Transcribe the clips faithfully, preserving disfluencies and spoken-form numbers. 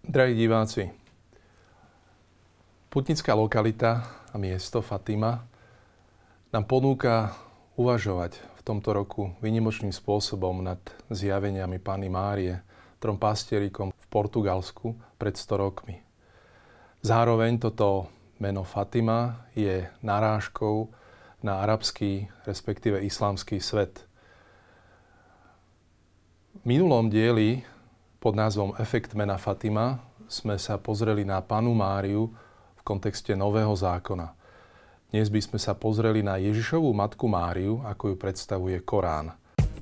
Drahí diváci, putnická lokalita a miesto Fatima nám ponúka uvažovať v tomto roku výnimočným spôsobom nad zjaveniami Panny Márie, trom pastierikom v Portugalsku pred sto rokmi. Zároveň toto meno Fatima je narážkou na arabský, respektíve islamský svet. V minulom dieli pod názvom Efekt mena Fatima sme sa pozreli na Pannu Máriu v kontexte Nového zákona. Dnes by sme sa pozreli na Ježišovú matku Máriu, ako ju predstavuje Korán.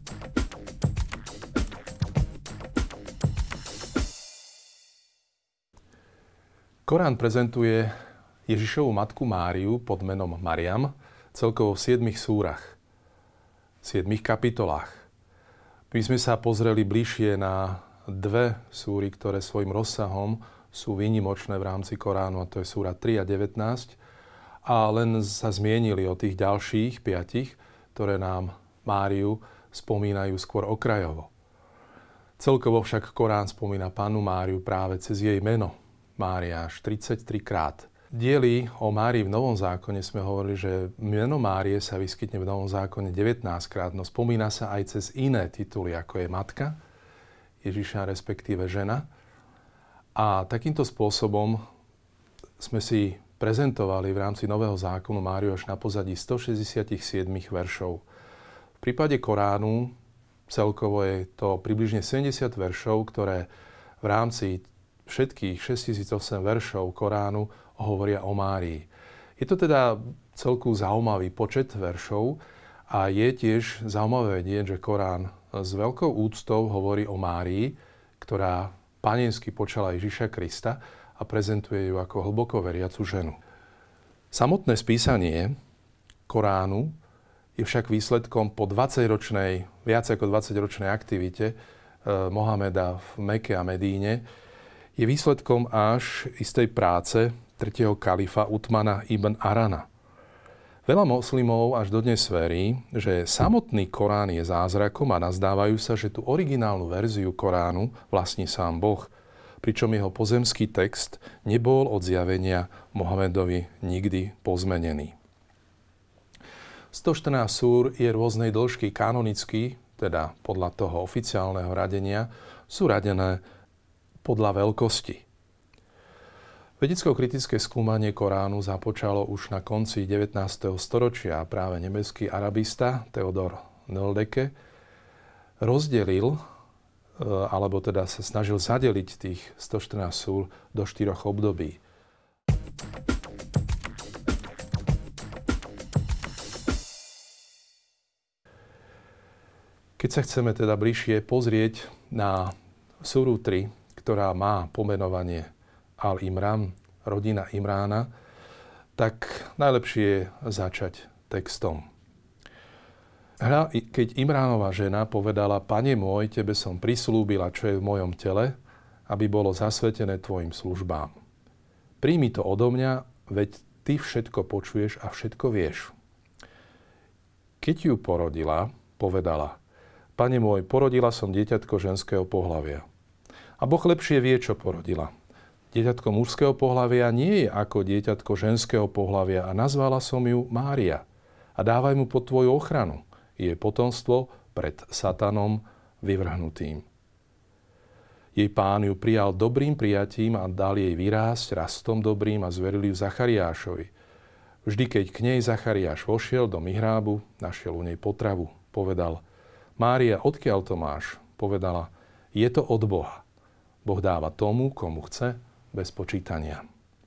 Korán prezentuje Ježišovú matku Máriu pod menom Mariam celkovo v siedmich súrach, v siedmich kapitolách. My sme sa pozreli bližšie na dve súry, ktoré svojim rozsahom sú výnimočné v rámci Koránu, a to je súra tri a devätnásť. A len sa zmienili o tých ďalších piatich, ktoré nám Máriu spomínajú skôr okrajovo. Celkovo však Korán spomína Pannu Máriu práve cez jej meno Mária až tridsaťtri krát. Diely o Márii v Novom zákone sme hovorili, že meno Márie sa vyskytne v Novom zákone devätnásť krát, no spomína sa aj cez iné tituly, ako je matka Ježiša, respektíve žena. A takýmto spôsobom sme si prezentovali v rámci Nového zákonu Máriu až na pozadí stošesťdesiatsedem veršov. V prípade Koránu celkovo je to približne sedemdesiat veršov, ktoré v rámci všetkých šesťtisícosem veršov Koránu hovoria o Márii. Je to teda celku zaujímavý počet veršov a je tiež zaujímavé vedieť, že Korán s veľkou úctou hovorí o Márii, ktorá panensky počala Ježiša Krista a prezentuje ju ako hlboko veriacu ženu. Samotné spísanie Koránu je však výsledkom po dvadsaťročnej, viac ako dvadsaťročnej aktivite eh, Mohameda v Meke a Medíne. Je výsledkom až istej práce tretieho kalifa Uthmana ibn Arana. Veľa moslimov až dodnes verí, že samotný Korán je zázrakom a nazdávajú sa, že tú originálnu verziu Koránu vlastní sám Boh, pričom jeho pozemský text nebol od zjavenia Mohamedovi nikdy pozmenený. stoštrnásť súr je rôznej dĺžky kanonicky, teda podľa toho oficiálneho radenia, sú radené podľa veľkosti. Vedecko-kritické skúmanie Koránu započalo už na konci devätnásteho storočia a práve nemecký arabista Theodor Nöldeke rozdelil, alebo teda sa snažil zadeliť tých stoštrnásť súr do štyroch období. Keď sa chceme teda bližšie pozrieť na súru tri, ktorá má pomenovanie Al-Imran, rodina Imrána, tak najlepšie je začať textom. Hľa, keď Imránova žena povedala: Pane môj, tebe som prislúbila, čo je v mojom tele, aby bolo zasvetené tvojim službám. Príjmi to odo mňa, veď ty všetko počuješ a všetko vieš. Keď ju porodila, povedala: Pane môj, porodila som dieťatko ženského pohlavia. A Boh lepšie vie, čo porodila. Dieťatko mužského pohlavia nie je ako dieťatko ženského pohlavia a nazvala som ju Mária. A dávaj mu pod tvoju ochranu. Je potomstvo pred satanom vyvrhnutým. Jej pán ju prijal dobrým prijatím a dal jej vyrásť rastom dobrým a zveril ju Zachariášovi. Vždy, keď k nej Zachariáš vošiel do mihrábu, našiel u nej potravu. Povedal: Mária, odkiaľ to máš? Povedala: Je to od Boha. Boh dáva tomu, komu chce, bez počítania.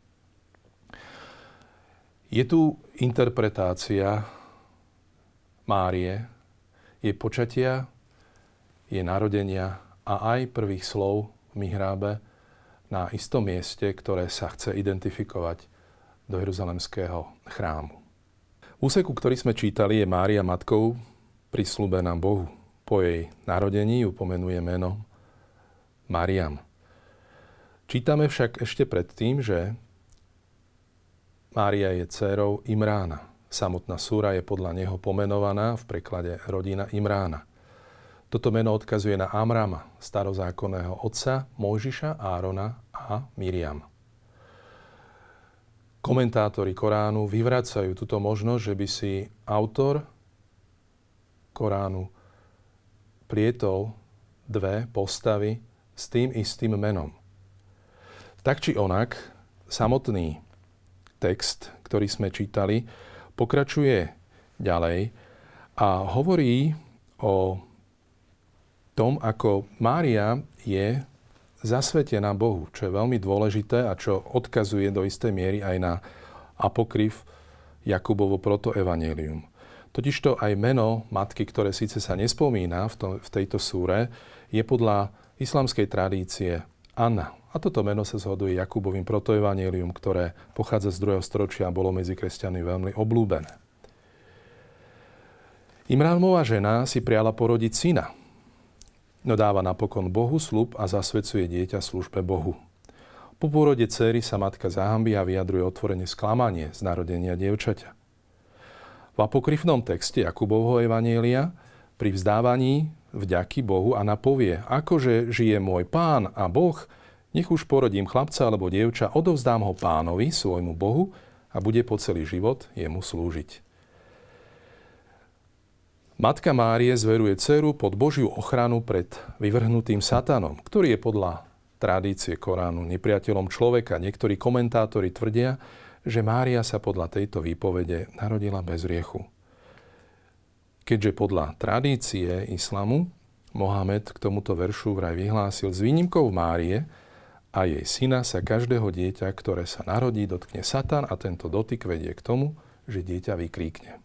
Je tu interpretácia Márie, jej počatia, jej narodenia a aj prvých slov v mihrábe na istom mieste, ktoré sa chce identifikovať do Jeruzalemského chrámu. V úseku, ktorý sme čítali, je Mária matkou prisľúbená Bohu. Po jej narodení ju pomenuje menom Mariam. Čítame však ešte predtým, že Mária je dcérou Imrána. Samotná súra je podľa neho pomenovaná v preklade rodina Imrána. Toto meno odkazuje na Amrama, starozákonného otca Mojžiša, Árona a a Miriam. Komentátori Koránu vyvracajú túto možnosť, že by si autor Koránu plietol dve postavy s tým istým menom. Tak či onak, samotný text, ktorý sme čítali, pokračuje ďalej a hovorí o tom, ako Mária je zasvetená Bohu, čo je veľmi dôležité a čo odkazuje do istej miery aj na apokryf Jakubovo protoevanjelium. Totižto aj meno matky, ktoré síce sa nespomína v, tom, v tejto súre, je podľa islamskej tradície Anna. A toto meno sa zhoduje Jakubovým protoevanjelium, ktoré pochádza z druhého storočia a bolo medzi kresťanmi veľmi obľúbené. Imránová žena si priala porodiť syna, no dáva napokon Bohu sľub a zasvedcuje dieťa službe Bohu. Po pôrode dcéry sa matka zahambí a vyjadruje otvorene sklamanie z narodenia dievčaťa. V apokryfnom texte Jakubovho evanjelia pri vzdávaní vďaky Bohu Anna povie: akože žije môj Pán a Boh, nech už porodím chlapca alebo dievča, odovzdám ho Pánovi, svojmu Bohu, a bude po celý život jemu slúžiť. Matka Márie zveruje dceru pod Božiu ochranu pred vyvrhnutým satanom, ktorý je podľa tradície Koránu nepriateľom človeka. Niektorí komentátori tvrdia, že Mária sa podľa tejto výpovede narodila bez hriechu. Keďže podľa tradície islamu Mohamed k tomuto veršu vraj vyhlásil: s výnimkou Márie a jej syna sa každého dieťa, ktoré sa narodí, dotkne satan a tento dotyk vedie k tomu, že dieťa vykríkne.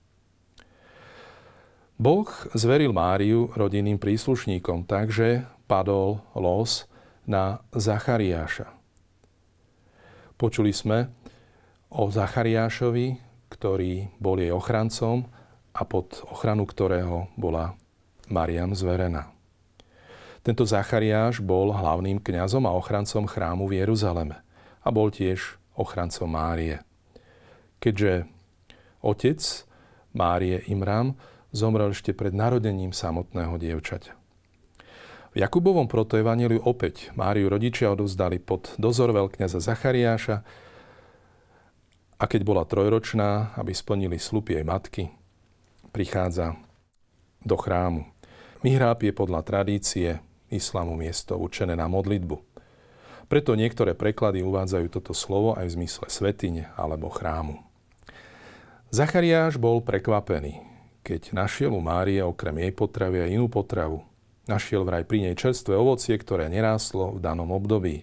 Boh zveril Máriu rodinným príslušníkom, takže padol los na Zachariáša. Počuli sme o Zachariášovi, ktorý bol jej ochrancom a pod ochranu ktorého bola Mariam zverená. Tento Zachariáš bol hlavným kňazom a ochrancom chrámu v Jeruzaleme a bol tiež ochrancom Márie. Keďže otec Márie Imrám zomrel ešte pred narodením samotného dievčaťa. V Jakubovom protoevanjeliu opäť Máriu rodičia odovzdali pod dozor veľkňaza Zachariáša a keď bola trojročná, aby splnili sľub jej matky, prichádza do chrámu. Mihráp je podľa tradície islamu miesto určené na modlitbu. Preto niektoré preklady uvádzajú toto slovo aj v zmysle svätyne alebo chrámu. Zachariáš bol prekvapený, keď našiel u Márie okrem jej potravy aj inú potravu. Našiel vraj pri nej čerstvé ovocie, ktoré nerástlo v danom období.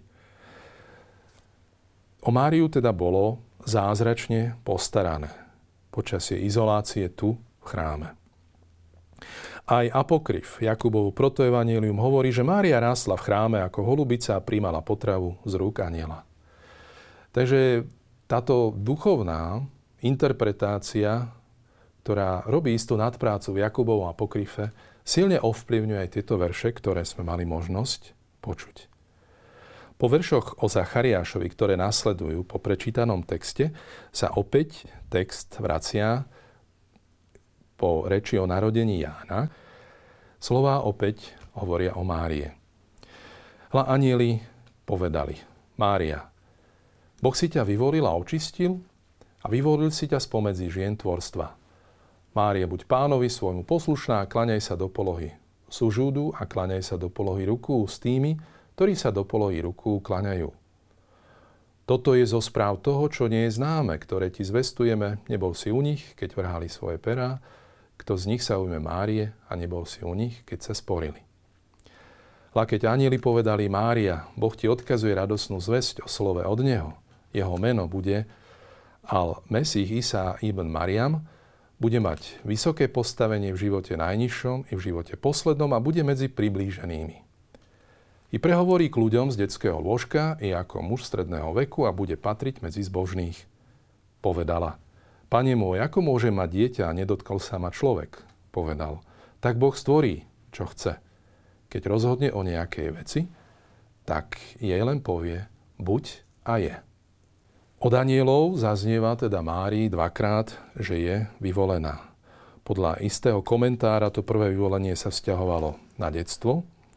O Máriu teda bolo zázračne postarané počas jej izolácie tu v chráme. Aj apokryf Jakubovu protoevanjelium hovorí, že Mária rástla v chráme ako holubica a príjmala potravu z rúk anjela. Takže táto duchovná interpretácia, ktorá robí istú nadprácu v Jakubovom apokryfe, silne ovplyvňuje aj tieto verše, ktoré sme mali možnosť počuť. Po veršoch o Zachariášovi, ktoré nasledujú po prečítanom texte, sa opäť text vracia po reči o narodení Jána. Slová opäť hovoria o Márie. Hľa anjeli povedali: Mária, Boh si ťa vyvolil a očistil a vyvolil si ťa spomedzi žien tvorstva. Mária, buď Pánovi svojmu poslušná a klaňaj sa do polohy sužúdu a klaňaj sa do polohy rukú s tými, ktorí sa do polohy rukú klaňajú. Toto je zo správ toho, čo nie je známe, ktoré ti zvestujeme. Nebol si u nich, keď vrhali svoje perá, kto z nich sa ujme Márie, a nebol si u nich, keď sa sporili. Hľa keď anjeli povedali: Mária, Boh ti odkazuje radosnú zvesť o slove od neho. Jeho meno bude Al-Mesíh Isa ibn Mariam, bude mať vysoké postavenie v živote najnižšom i v živote poslednom a bude medzi priblíženými. I prehovorí k ľuďom z detského lôžka i ako muž stredného veku a bude patriť medzi zbožných. Povedala: Pane môj, ako môže mať dieťa a nedotkol sa ma človek? Povedal: Tak Boh stvorí, čo chce. Keď rozhodne o nejakej veci, tak jej len povie: buď a je. Od anjelov zaznieva teda Márii dvakrát, že je vyvolená. Podľa istého komentára to prvé vyvolenie sa vzťahovalo na detstvo,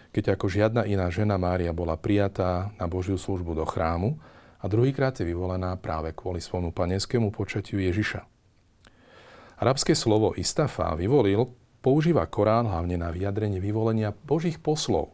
keď ako žiadna iná žena Mária bola prijatá na Božiu službu do chrámu a druhýkrát je vyvolená práve kvôli svojmu panenskému počatiu Ježiša. Arabské slovo istafa, vyvolil, používa Korán hlavne na vyjadrenie vyvolenia Božích poslov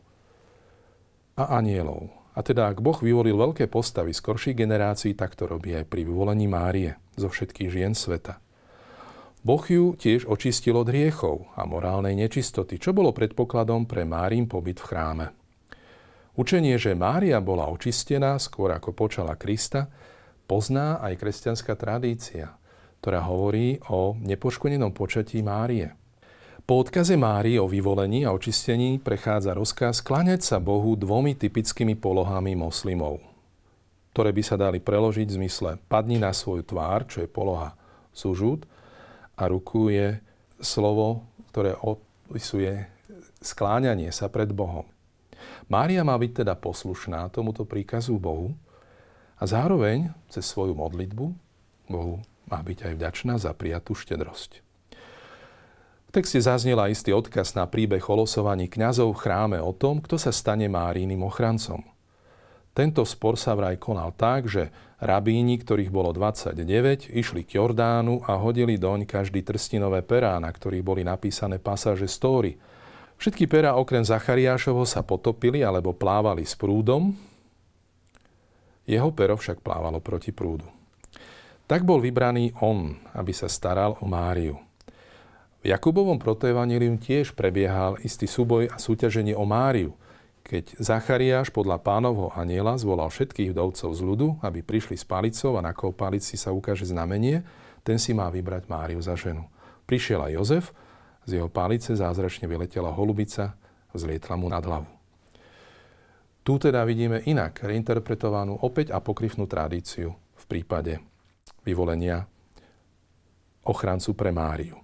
a anielov. A teda, ak Boh vyvolil veľké postavy skorších generácií, tak to robí aj pri vyvolení Márie zo všetkých žien sveta. Boh ju tiež očistil od hriechov a morálnej nečistoty, čo bolo predpokladom pre Márin pobyt v chráme. Učenie, že Mária bola očistená skôr ako počala Krista, pozná aj kresťanská tradícia, ktorá hovorí o nepoškodenom počatí Márie. Po odkaze Márie o vyvolení a očistení prechádza rozkaz kláňať sa Bohu dvomi typickými polohami moslimov, ktoré by sa dali preložiť v zmysle padni na svoju tvár, čo je poloha sužúd, a ruku je slovo, ktoré opisuje skláňanie sa pred Bohom. Mária má byť teda poslušná tomuto príkazu Bohu a zároveň cez svoju modlitbu Bohu má byť aj vďačná za prijatú štedrosť. V texte zaznela istý odkaz na príbeh o losovaní kňazov v chráme o tom, kto sa stane Márínym ochrancom. Tento spor sa vraj konal tak, že rabíni, ktorých bolo dvadsaťdeväť, išli k Jordánu a hodili doň každý trstinové perá, na ktorých boli napísané pasáže z Tóry. Všetky perá okrem Zachariášovho sa potopili alebo plávali s prúdom, jeho pero však plávalo proti prúdu. Tak bol vybraný on, aby sa staral o Máriu. V Jakubovom protoevanjeliu tiež prebiehal istý súboj a súťaženie o Máriu, keď Zachariáš podľa Pánovho anjela zvolal všetkých vdovcov z ľudu, aby prišli s palicou a na koho palici sa ukáže znamenie, ten si má vybrať Máriu za ženu. Prišiel aj Jozef, z jeho palice zázračne vyletela holubica, vzlietla mu nad hlavu. Tu teda vidíme inak reinterpretovanú opäť apokryfnú tradíciu v prípade vyvolenia ochrancu pre Máriu.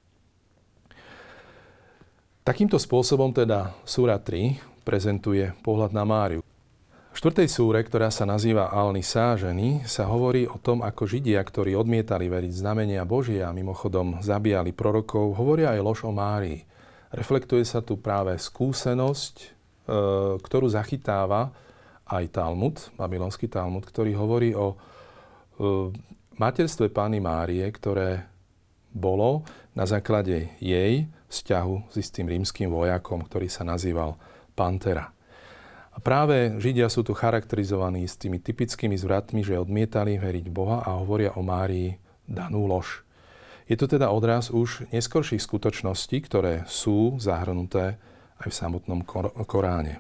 Takýmto spôsobom teda súra tri prezentuje pohľad na Máriu. V štvrtej súre, ktorá sa nazýva Al-Nisa, ženy, sa hovorí o tom, ako Židia, ktorí odmietali veriť znamenia Božie a mimochodom zabíjali prorokov, hovoria aj lož o Márii. Reflektuje sa tu práve skúsenosť, e, ktorú zachytáva aj Talmud, babylonský Talmud, ktorý hovorí o e, materstve Panny Márie, ktoré bolo na základe jej vzťahu s istým rímskym vojakom, ktorý sa nazýval Pantera. A práve Židia sú tu charakterizovaní s tými typickými zvratmi, že odmietali veriť Boha a hovoria o Márii danú lož. Je to teda odraz už neskorších skutočností, ktoré sú zahrnuté aj v samotnom Koráne.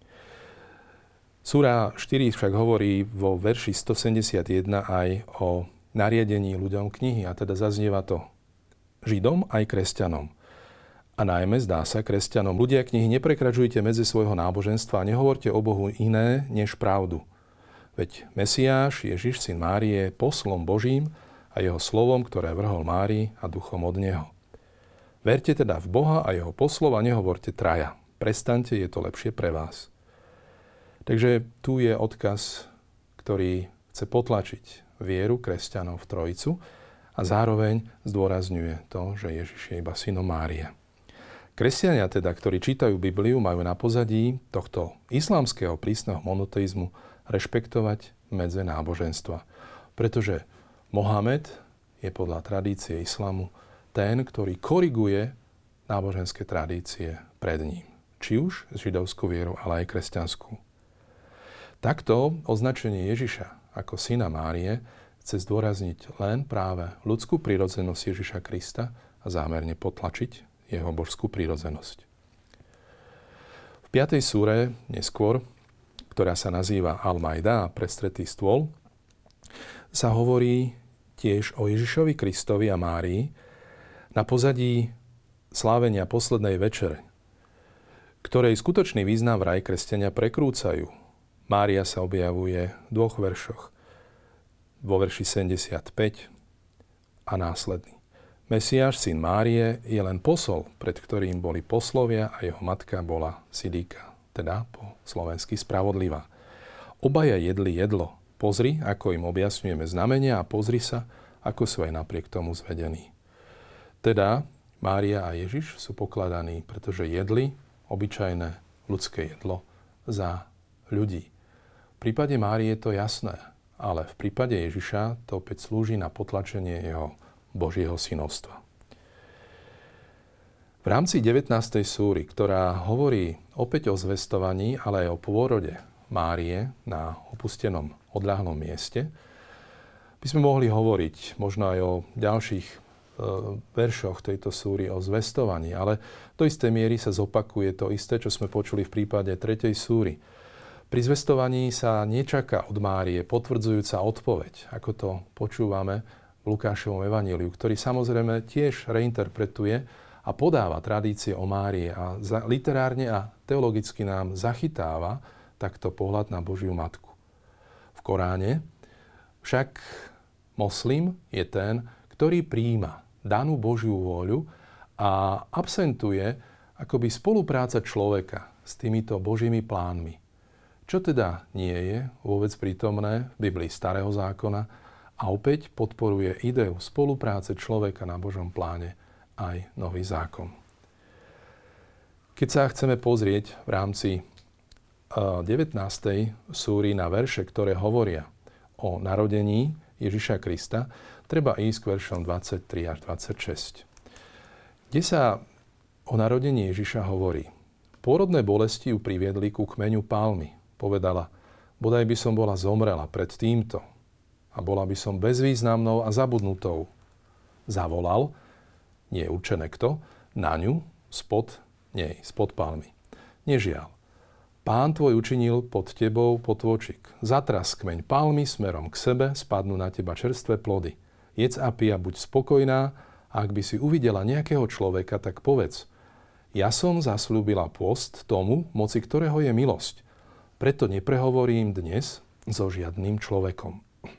Súra štyri však hovorí vo verši stosedemdesiatjeden aj o nariadení ľuďom knihy, a teda zaznieva to Židom aj kresťanom. A najmä, zdá sa, kresťanom: ľudia knihy, neprekračujte medzi svojho náboženstva a nehovorte o Bohu iné než pravdu. Veď Mesiáš, Ježiš, syn Márie, je poslom Božím a jeho slovom, ktoré vrhol Márii a duchom od neho. Verte teda v Boha a jeho poslov a nehovorte traja. Prestaňte, je to lepšie pre vás. Takže tu je odkaz, ktorý chce potlačiť vieru kresťanov v Trojicu a zároveň zdôrazňuje to, že Ježiš je iba synom Márie. Kresťania teda, ktorí čítajú Bibliu, majú na pozadí tohto islamského prísneho monoteizmu rešpektovať medze náboženstva. Pretože Mohamed je podľa tradície islamu ten, ktorý koriguje náboženské tradície pred ním. Či už židovskú vieru, ale aj kresťanskú. Takto označenie Ježiša ako syna Márie chce zdôrazniť len práve ľudskú prirodzenosť Ježiša Krista a zámerne potlačiť jeho božskú prírodzenosť. V piatej súre neskôr, ktorá sa nazýva Al-Maida, prestretý stôl, sa hovorí tiež o Ježišovi Kristovi a Márii na pozadí slávenia poslednej večere, ktorej skutočný význam vraj kresťania prekrúcajú. Mária sa objavuje v dvoch veršoch. Vo verši sedemdesiatpäť a následný. Mesiáš, syn Márie, je len posol, pred ktorým boli poslovia, a jeho matka bola Sidíka, teda po slovensky spravodlivá. Obaja jedli jedlo. Pozri, ako im objasňujeme znamenia, a pozri sa, ako sú aj napriek tomu zvedení. Teda Mária a Ježiš sú pokladaní, pretože jedli obyčajné ľudské jedlo za ľudí. V prípade Márie je to jasné, ale v prípade Ježiša to opäť slúži na potlačenie jeho Božieho synovstva. V rámci devätnástej súry, ktorá hovorí opäť o zvestovaní, ale aj o pôrode Márie na opustenom odľahlom mieste, by sme mohli hovoriť možno aj o ďalších e, veršoch tejto súry o zvestovaní, ale do istej miery sa zopakuje to isté, čo sme počuli v prípade tretej súry. Pri zvestovaní sa nečaká od Márie potvrdzujúca odpoveď, ako to počúvame v Lukášovom evaníliu, ktorý samozrejme tiež reinterpretuje a podáva tradície o Márie a za, literárne a teologicky nám zachytáva takto pohľad na Božiu matku. V Koráne však moslim je ten, ktorý prijíma danú Božiu vôľu a absentuje akoby spolupráca človeka s týmito Božími plánmi. Čo teda nie je vôbec prítomné v Biblii Starého zákona a opäť podporuje ideu spolupráce človeka na Božom pláne aj Nový zákon. Keď sa chceme pozrieť v rámci devätnástej súry na verše, ktoré hovoria o narodení Ježiša Krista, treba ísť k veršom dvadsaťtri až dvadsaťšesť. Kde sa o narodení Ježiša hovorí: Pôrodné bolesti ju priviedli ku kmeňu palmy. Povedala: bodaj by som bola zomrela pred týmto a bola by som bezvýznamnou a zabudnutou. Zavolal, nie je určené kto, na ňu, spod nej, spod palmy. Nežiaľ, Pán tvoj učinil pod tebou potôčik. Zatras kmeň palmy smerom k sebe, spadnú na teba čerstvé plody. Jedz a pij a buď spokojná, a ak by si uvidela nejakého človeka, tak povedz: ja som zasľúbila pôst tomu, moci ktorého je milosť. Preto neprehovorím dnes so žiadnym človekom.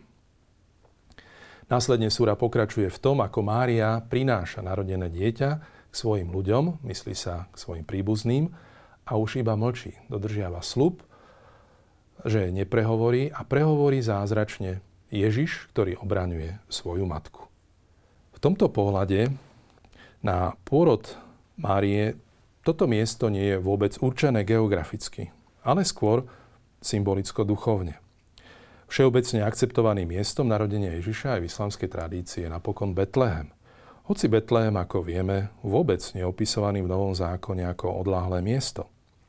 Následne súra pokračuje v tom, ako Mária prináša narodené dieťa k svojim ľuďom, myslí sa k svojim príbuzným, a už iba mlčí, dodržiava sľub, že neprehovorí a prehovorí zázračne Ježiš, ktorý obraňuje svoju matku. V tomto pohľade na pôrod Márie toto miesto nie je vôbec určené geograficky, ale skôr symbolicko-duchovne. Všeobecne akceptovaným miestom narodenia Ježiša aj v islamskej tradícii je napokon Betlehem. Hoci Betlehem, ako vieme, vôbec neopisovaný v Novom zákone ako odláhlé miesto.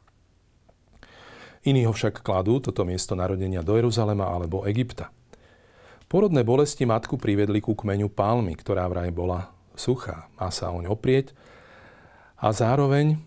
Iní ho však kladú, toto miesto narodenia, do Jeruzalema alebo Egypta. Porodné bolesti matku priviedli ku kmeňu palmy, ktorá vraj bola suchá. Má sa oň oprieť a zároveň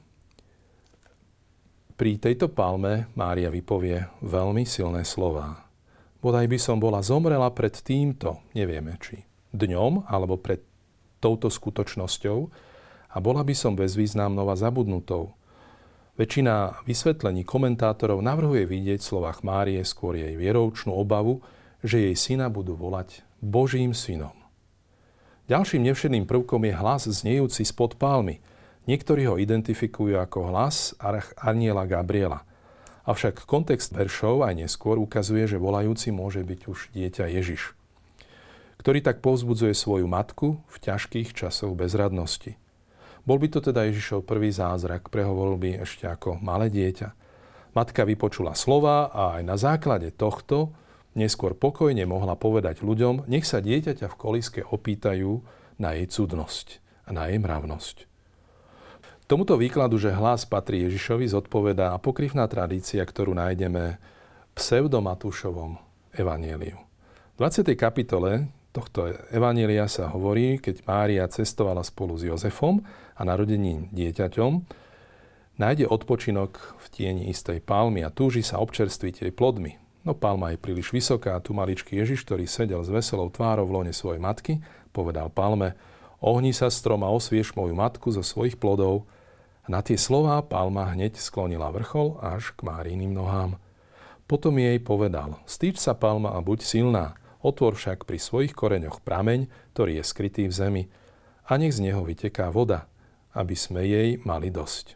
pri tejto palme Mária vypovie veľmi silné slová. Bodaj by som bola zomrela pred týmto, nevieme či dňom, alebo pred touto skutočnosťou, a bola by som bezvýznamnou a zabudnutou. Väčšina vysvetlení komentátorov navrhuje vidieť v slovách Márie skôr jej vieroučnú obavu, že jej syna budú volať Božím synom. Ďalším nevšedným prvkom je hlas znejúci spod palmy. Niektorí ho identifikujú ako hlas anjela Gabriela. Avšak kontext veršov aj neskôr ukazuje, že volajúci môže byť už dieťa Ježiš, ktorý tak povzbudzuje svoju matku v ťažkých časoch bezradnosti. Bol by to teda Ježišov prvý zázrak, prehovoril by ešte ako malé dieťa. Matka vypočula slova a aj na základe tohto neskôr pokojne mohla povedať ľuďom, nech sa dieťaťa v kolíske opýtajú na jej cudnosť a na jej mravnosť. Tomuto výkladu, že hlas patrí Ježišovi, zodpovedá apokryfná tradícia, ktorú nájdeme v pseudomatúšovom evanjeliu. V dvadsiatej kapitole tohto evanjelia sa hovorí, keď Mária cestovala spolu s Jozefom a narodeným dieťaťom, nájde odpočinok v tieni istej palmy a túži sa občerstviť jej plodmi. No palma je príliš vysoká a tu maličký Ježiš, ktorý sedel s veselou tvárou v lone svojej matky, povedal palme: ohni sa strom a osvieš moju matku zo svojich plodov. Na tie slová palma hneď sklonila vrchol až k Máriným nohám. Potom jej povedal: stýč sa, palma, a buď silná. Otvor však pri svojich koreňoch prameň, ktorý je skrytý v zemi, a nech z neho vyteká voda, aby sme jej mali dosť.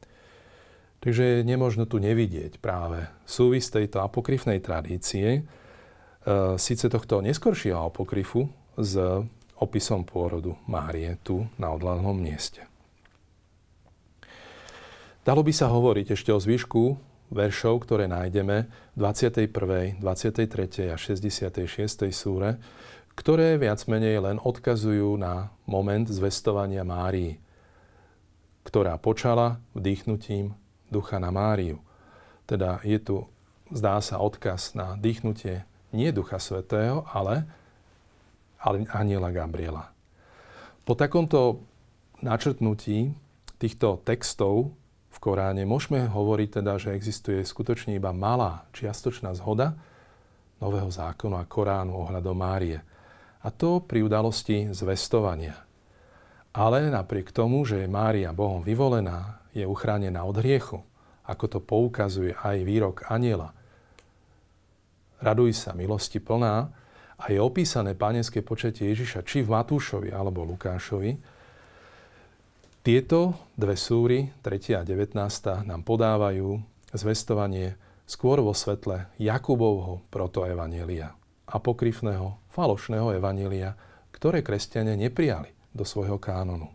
Takže nemožno tu nevidieť práve súvis tejto apokryfnej tradície, e, síce tohto neskoršieho apokryfu s opisom pôrodu Márie tu na odľahlom mieste. Dalo by sa hovoriť ešte o zvyšku veršov, ktoré nájdeme v dvadsiatej prvej, dvadsiatej tretej a šesťdesiatej šiestej súre, ktoré viac menej len odkazujú na moment zvestovania Márii, ktorá počala vdýchnutím ducha na Máriu. Teda je tu, zdá sa, odkaz na dýchnutie nie Ducha Svätého, ale, ale anjela Gabriela. Po takomto načrtnutí týchto textov v Koráne môžeme hovoriť teda, že existuje skutočne iba malá čiastočná zhoda Nového zákona a Koránu ohľadom Márie. A to pri udalosti zvestovania. Ale napriek tomu, že je Mária Bohom vyvolená, je uchránená od hriechu, ako to poukazuje aj výrok anjela. Raduj sa, milosti plná, a je opísané pánenské počatie Ježiša či v Matúšovi alebo Lukášovi. Tieto dve súry, tretia a devätnásta, nám podávajú zvestovanie skôr vo svetle Jakubovho protoevanjelia, apokryfného, falošného evanjelia, ktoré kresťania neprijali do svojho kánonu.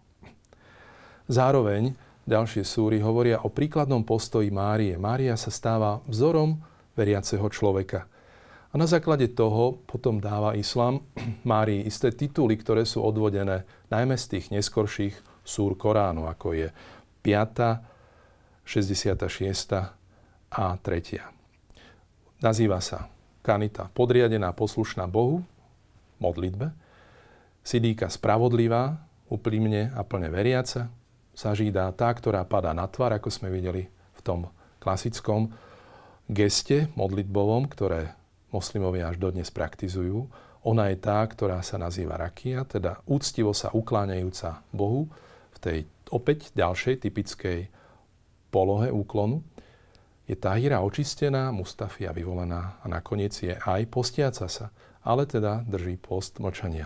Zároveň ďalšie súry hovoria o príkladnom postoji Márie. Mária sa stáva vzorom veriaceho človeka. A na základe toho potom dáva islám Márii isté tituly, ktoré sú odvodené najmä z tých neskorších súr Koránu, ako je piata, šesťdesiata šiesta a tretia. Nazýva sa Kanita podriadená, poslušná Bohu, modlitbe, Sidíka spravodlivá, úprimne a plne veriaca, Sažída tá, ktorá padá na tvár, ako sme videli v tom klasickom geste modlitbovom, ktoré moslimovia až dodnes praktizujú. Ona je tá, ktorá sa nazýva Rakia, teda úctivo sa ukláňajúca Bohu, v tej opäť ďalšej typickej polohe úklonu. Je tahira očistená, Mustafia vyvolená a nakoniec je aj postiaca sa, ale teda drží post mlčania.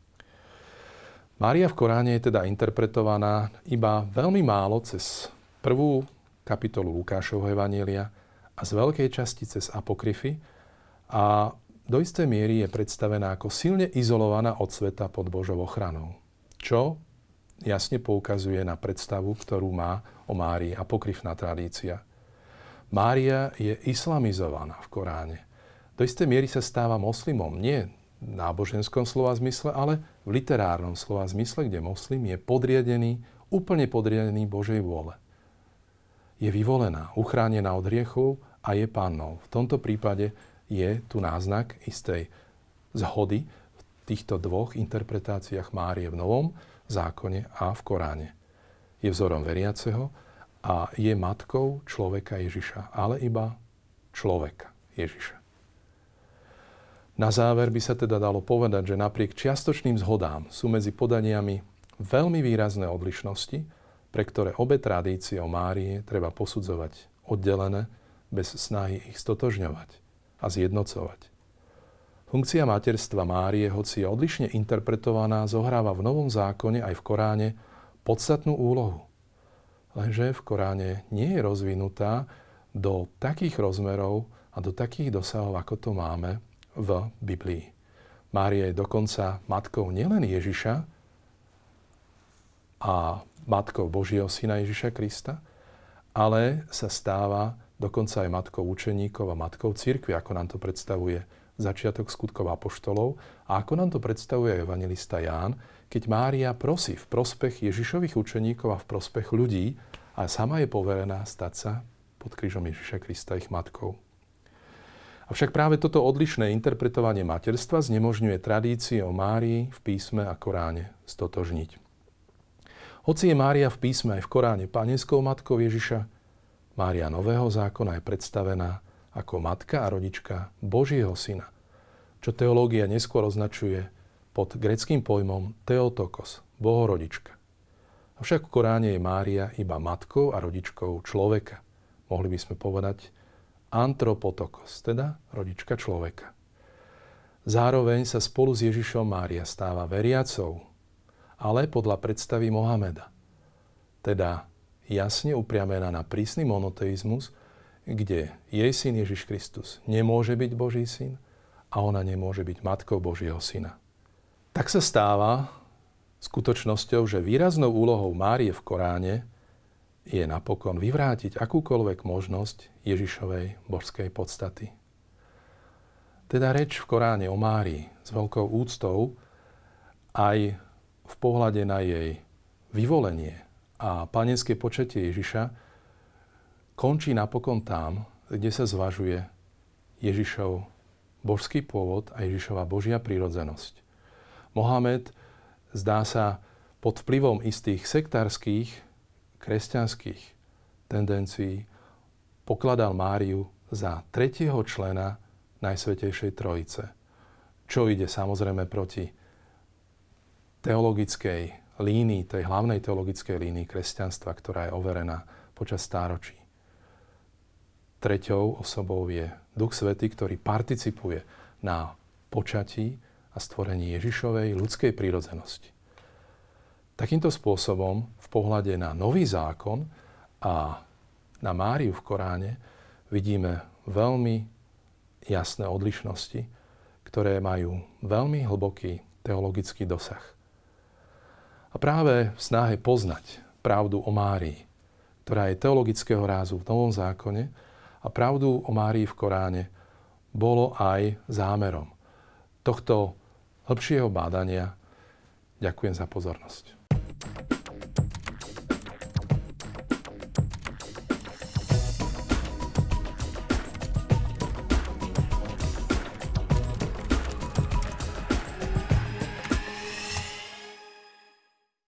Mária v Koráne je teda interpretovaná iba veľmi málo cez prvú kapitolu Lukášovho evanjelia a z veľkej časti cez apokryfy a do istej miery je predstavená ako silne izolovaná od sveta pod Božou ochranou. Čo jasne poukazuje na predstavu, ktorú má o Márii apokryfná tradícia. Mária je islamizovaná v Koráne. Do istej miery sa stáva moslimom. Nie v náboženskom slova zmysle, ale v literárnom slova zmysle, kde moslim je podriadený, úplne podriadený Božej vôle. Je vyvolená, uchránená od hriechov a je pannou. V tomto prípade je tu náznak istej zhody v týchto dvoch interpretáciách Márie v Novom zákone a v Koráne. Je vzorom veriaceho a je matkou človeka Ježiša, ale iba človeka Ježiša. Na záver by sa teda dalo povedať, že napriek čiastočným zhodám sú medzi podaniami veľmi výrazné odlišnosti, pre ktoré obe tradície o Márie treba posudzovať oddelené, bez snahy ich stotožňovať a zjednocovať. Funkcia materstva Márie, hoci je odlišne interpretovaná, zohráva v Novom zákone aj v Koráne podstatnú úlohu. Lenže v Koráne nie je rozvinutá do takých rozmerov a do takých dosahov, ako to máme v Biblii. Mária je dokonca matkou nielen Ježiša a matkou Božieho syna Ježiša Krista, ale sa stáva dokonca aj matkou učeníkov a matkou cirkvi, ako nám to predstavuje začiatok skutkov apoštolov a ako nám to predstavuje evanjelista Ján, keď Mária prosí v prospech Ježišových učeníkov a v prospech ľudí a sama je poverená stať sa pod krížom Ježiša Krista ich matkou. Avšak práve toto odlišné interpretovanie materstva znemožňuje tradície o Márii v písme a Koráne stotožniť. Hoci je Mária v písme aj v Koráne panenskou matkou Ježiša, Mária Nového zákona je predstavená ako matka a rodička Božieho syna, čo teológia neskôr označuje pod gréckym pojmom Theotokos, bohorodička. Avšak v Koráne je Mária iba matkou a rodičkou človeka. Mohli by sme povedať antropotokos, teda rodička človeka. Zároveň sa spolu s Ježišom Mária stáva veriacou, ale podľa predstavy Mohameda, teda jasne upriamená na prísny monoteizmus, kde jej syn Ježiš Kristus nemôže byť Boží syn a ona nemôže byť matkou Božieho syna. Tak sa stáva skutočnosťou, že výraznou úlohou Márie v Koráne je napokon vyvrátiť akúkoľvek možnosť Ježišovej božskej podstaty. Teda reč v Koráne o Márii s veľkou úctou aj v pohľade na jej vyvolenie a panenské počatie Ježiša končí napokon tam, kde sa zvažuje Ježišov božský pôvod a Ježišova božia prirodzenosť. Mohamed, zdá sa, pod vplyvom istých sektárskych, kresťanských tendencií pokladal Máriu za tretieho člena Najsvätejšej Trojice, čo ide samozrejme proti teologickej línii, tej hlavnej teologickej línii kresťanstva, ktorá je overená počas stáročí. Treťou osobou je Duch Svätý, ktorý participuje na počatí a stvorení Ježišovej ľudskej prírodzenosti. Takýmto spôsobom v pohľade na nový zákon a na Máriu v Koráne vidíme veľmi jasné odlišnosti, ktoré majú veľmi hlboký teologický dosah. A práve v snahe poznať pravdu o Márii, ktorá je teologického rázu v Novom zákone, a pravdu o Márii v Koráne, bolo aj zámerom tohto hĺbšieho bádania. Ďakujem za pozornosť.